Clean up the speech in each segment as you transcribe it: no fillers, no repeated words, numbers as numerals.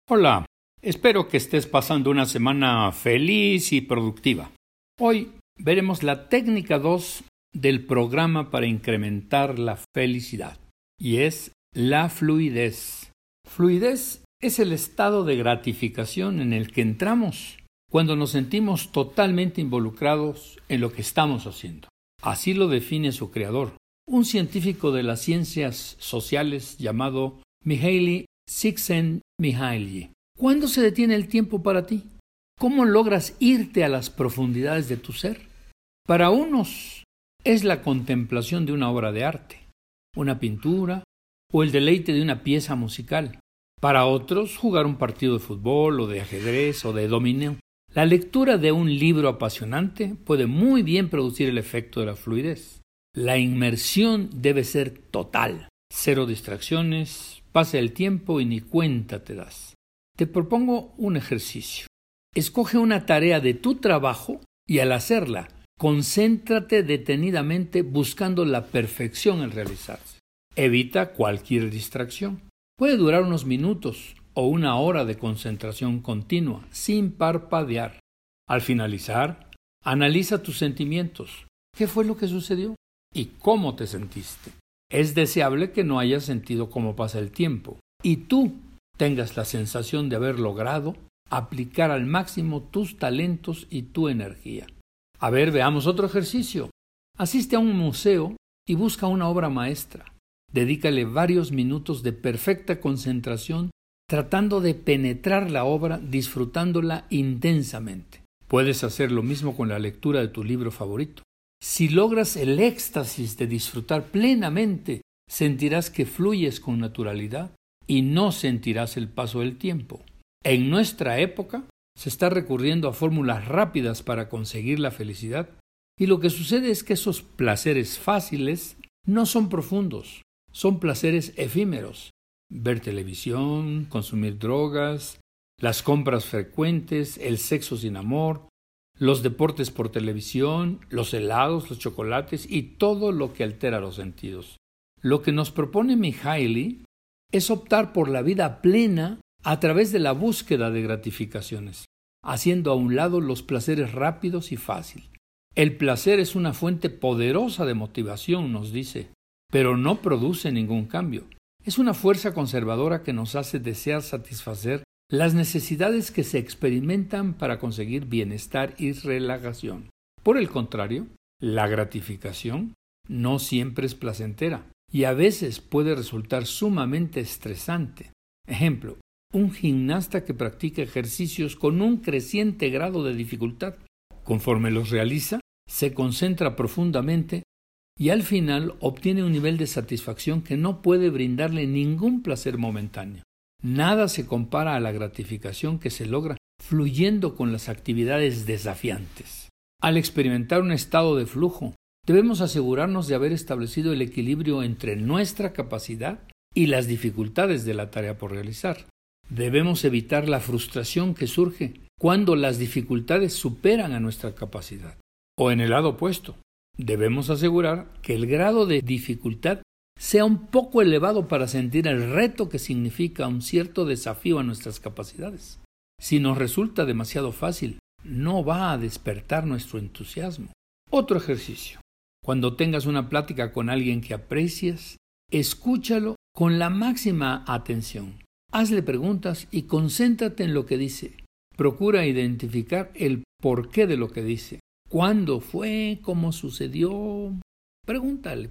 Hola, espero que estés pasando una semana feliz y productiva. Hoy veremos la técnica 2 del programa para incrementar la felicidad, y es la fluidez. Fluidez es el estado de gratificación en el que entramos cuando nos sentimos totalmente involucrados en lo que estamos haciendo. Así lo define su creador, un científico de las ciencias sociales llamado Mihaly Csikszentmihalyi. ¿Cuándo se detiene el tiempo para ti? ¿Cómo logras irte a las profundidades de tu ser? Para unos es la contemplación de una obra de arte, una pintura o el deleite de una pieza musical. Para otros, jugar un partido de fútbol o de ajedrez o de dominó. La lectura de un libro apasionante puede muy bien producir el efecto de la fluidez. La inmersión debe ser total. Cero distracciones, pasa el tiempo y ni cuenta te das. Te propongo un ejercicio. Escoge una tarea de tu trabajo y al hacerla, concéntrate detenidamente buscando la perfección en realizarse. Evita cualquier distracción. Puede durar unos minutos o una hora de concentración continua, sin parpadear. Al finalizar, analiza tus sentimientos. ¿Qué fue lo que sucedió? ¿Y cómo te sentiste? Es deseable que no hayas sentido cómo pasa el tiempo y tú tengas la sensación de haber logrado aplicar al máximo tus talentos y tu energía. A ver, veamos otro ejercicio. Asiste a un museo y busca una obra maestra. Dedícale varios minutos de perfecta concentración tratando de penetrar la obra, disfrutándola intensamente. Puedes hacer lo mismo con la lectura de tu libro favorito. Si logras el éxtasis de disfrutar plenamente, sentirás que fluyes con naturalidad y no sentirás el paso del tiempo. En nuestra época se está recurriendo a fórmulas rápidas para conseguir la felicidad y lo que sucede es que esos placeres fáciles no son profundos, son placeres efímeros. Ver televisión, consumir drogas, las compras frecuentes, el sexo sin amor, los deportes por televisión, los helados, los chocolates y todo lo que altera los sentidos. Lo que nos propone Mihaly es optar por la vida plena a través de la búsqueda de gratificaciones, haciendo a un lado los placeres rápidos y fáciles. El placer es una fuente poderosa de motivación, nos dice, pero no produce ningún cambio. Es una fuerza conservadora que nos hace desear satisfacer las necesidades que se experimentan para conseguir bienestar y relajación. Por el contrario, la gratificación no siempre es placentera y a veces puede resultar sumamente estresante. Ejemplo, un gimnasta que practica ejercicios con un creciente grado de dificultad. Conforme los realiza, se concentra profundamente y al final obtiene un nivel de satisfacción que no puede brindarle ningún placer momentáneo. Nada se compara a la gratificación que se logra fluyendo con las actividades desafiantes. Al experimentar un estado de flujo, debemos asegurarnos de haber establecido el equilibrio entre nuestra capacidad y las dificultades de la tarea por realizar. Debemos evitar la frustración que surge cuando las dificultades superan a nuestra capacidad. O en el lado opuesto, debemos asegurar que el grado de dificultad sea un poco elevado para sentir el reto que significa un cierto desafío a nuestras capacidades. Si nos resulta demasiado fácil, no va a despertar nuestro entusiasmo. Otro ejercicio. Cuando tengas una plática con alguien que aprecias, escúchalo con la máxima atención. Hazle preguntas y concéntrate en lo que dice. Procura identificar el porqué de lo que dice. ¿Cuándo fue? ¿Cómo sucedió? Pregúntale.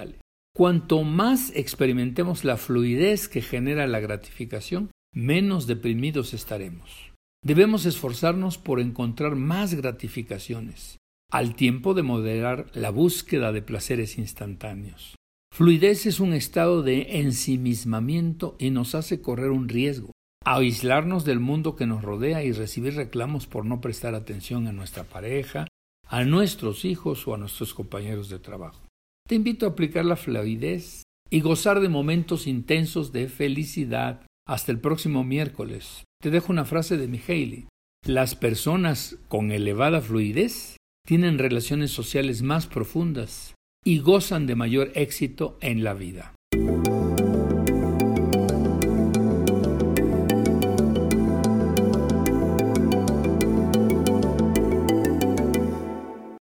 Cuanto más experimentemos la fluidez que genera la gratificación, menos deprimidos estaremos. Debemos esforzarnos por encontrar más gratificaciones, al tiempo de moderar la búsqueda de placeres instantáneos. Fluidez es un estado de ensimismamiento y nos hace correr un riesgo, aislarnos del mundo que nos rodea y recibir reclamos por no prestar atención a nuestra pareja, a nuestros hijos o a nuestros compañeros de trabajo. Te invito a aplicar la fluidez y gozar de momentos intensos de felicidad. Hasta el próximo miércoles. Te dejo una frase de Mihaly. Las personas con elevada fluidez tienen relaciones sociales más profundas y gozan de mayor éxito en la vida.